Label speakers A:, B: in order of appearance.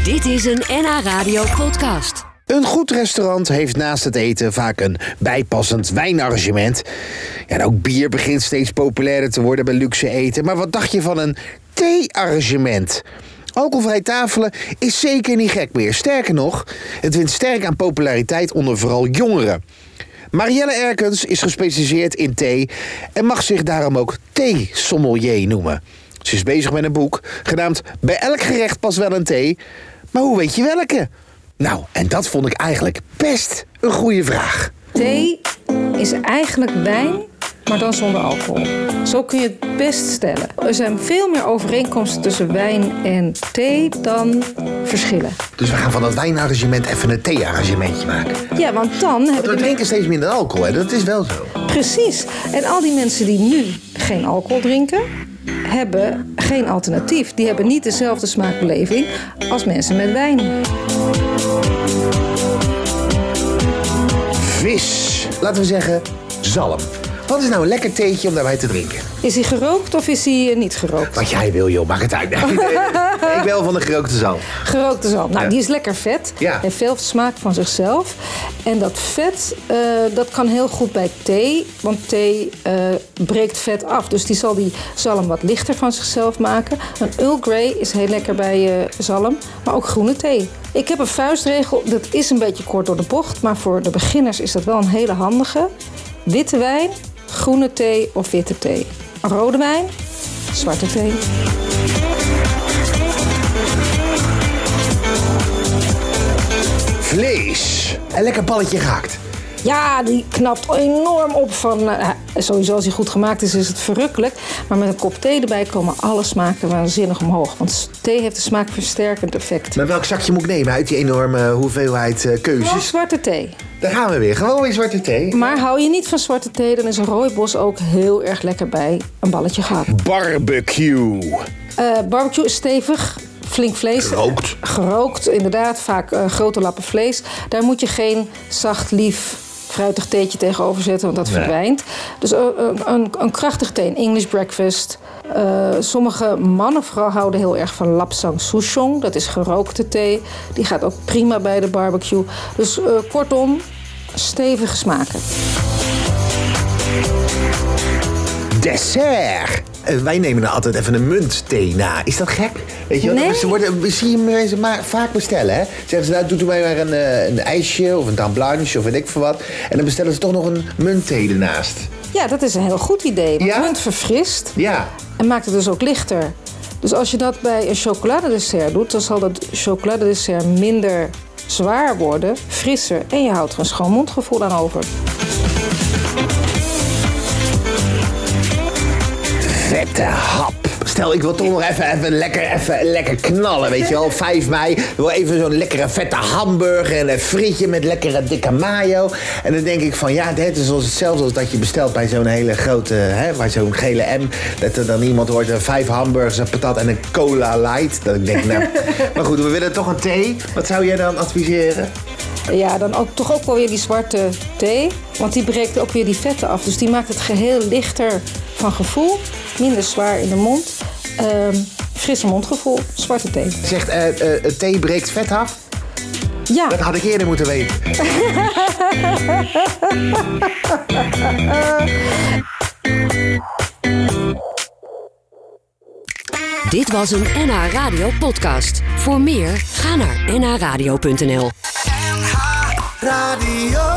A: Dit is een NH Radio podcast.
B: Een goed restaurant heeft naast het eten vaak een bijpassend wijnarrangement. Ja, en ook bier begint steeds populairder te worden bij luxe eten. Maar wat dacht je van een thee-arrangement? Alcoholvrij tafelen is zeker niet gek meer. Sterker nog, het wint sterk aan populariteit onder vooral jongeren. Marielle Erkens is gespecialiseerd in thee en mag zich daarom ook thee-sommelier noemen. Ze is bezig met een boek, genaamd Bij elk gerecht past wel een thee. Maar hoe weet je welke? Nou, en dat vond ik eigenlijk best een goede vraag.
C: Thee is eigenlijk wijn, maar dan zonder alcohol. Zo kun je het best stellen. Er zijn veel meer overeenkomsten tussen wijn en thee dan verschillen.
B: Dus we gaan van dat wijnarrangement even een thee-arrangementje maken.
C: Ja, want dan hebben
B: We drinken steeds minder alcohol, hè? Dat is wel zo.
C: Precies. En al die mensen die nu geen alcohol drinken, hebben geen alternatief. Die hebben niet dezelfde smaakbeleving als mensen met wijn.
B: Vis. Laten we zeggen zalm. Wat is nou een lekker theetje om daarbij te drinken?
C: Is hij gerookt of is hij niet gerookt?
B: Wat jij wil, joh. Maak het uit. Ik ben wel van de gerookte zalm.
C: Gerookte zalm. Nou,
B: Ja.
C: die is lekker vet.
B: Ja.
C: Heeft veel smaak van zichzelf. En dat vet, dat kan heel goed bij thee. Want thee breekt vet af. Dus die zal die zalm wat lichter van zichzelf maken. Een Earl Grey is heel lekker bij zalm. Maar ook groene thee. Ik heb een vuistregel. Dat is een beetje kort door de bocht. Maar voor de beginners is dat wel een hele handige. Witte wijn, groene thee of witte thee. Rode wijn, zwarte thee.
B: Vlees. Een lekker balletje gehakt.
C: Ja, die knapt enorm op van... sowieso als hij goed gemaakt is het verrukkelijk. Maar met een kop thee erbij komen alle smaken waanzinnig omhoog. Want thee heeft een smaakversterkend effect.
B: Maar welk zakje moet ik nemen uit die enorme hoeveelheid
C: Gewoon
B: keuzes?
C: zwarte thee.
B: Daar gaan we weer. Gewoon weer zwarte thee.
C: Maar hou je niet van zwarte thee, dan is een rooibos ook heel erg lekker bij een balletje gehakt.
B: Barbecue.
C: Barbecue is stevig. Flink vlees.
B: Gerookt.
C: Gerookt, inderdaad. Vaak grote lappen vlees. Daar moet je geen zacht, lief, fruitig theetje tegenover zetten, want dat verdwijnt. Dus een krachtig thee, een English breakfast. Sommige mannen vooral houden heel erg van lapsang souchong. Dat is gerookte thee. Die gaat ook prima bij de barbecue. Dus kortom, stevige smaken.
B: Dessert. Wij nemen er altijd even een muntthee na. Is dat gek? Weet je,
C: Nee.
B: Zie je mensen maar vaak bestellen, hè? Zeggen ze, nou, doet u mij maar een ijsje of een dame blanche of weet ik veel wat. En dan bestellen ze toch nog een muntthee ernaast.
C: Ja, dat is een heel goed idee. Want
B: Ja?
C: munt verfrist
B: Ja.
C: en maakt het dus ook lichter. Dus als je dat bij een chocoladedessert doet, dan zal dat chocoladedessert minder zwaar worden, frisser en je houdt er een schoon mondgevoel aan over.
B: Vette hap. Stel, ik wil toch nog even lekker knallen, weet je wel. 5 mei, ik wil even zo'n lekkere vette hamburger en een frietje met lekkere dikke mayo. En dan denk ik van, ja, dit is hetzelfde als dat je bestelt bij zo'n hele grote, bij zo'n gele M. Dat er dan iemand hoort, 5 hamburgers, een patat en een cola light. Dat ik denk, nou, maar goed, we willen toch een thee. Wat zou jij dan adviseren?
C: Ja, dan ook, toch ook wel weer die zwarte thee. Want die breekt ook weer die vetten af. Dus die maakt het geheel lichter van gevoel. Minder zwaar in de mond. Frisser mondgevoel. Zwarte thee.
B: Zegt, thee breekt vet af?
C: Ja.
B: Dat had ik eerder moeten weten.
A: Dit was een NH Radio podcast. Voor meer, ga naar nhradio.nl.
D: NH Radio.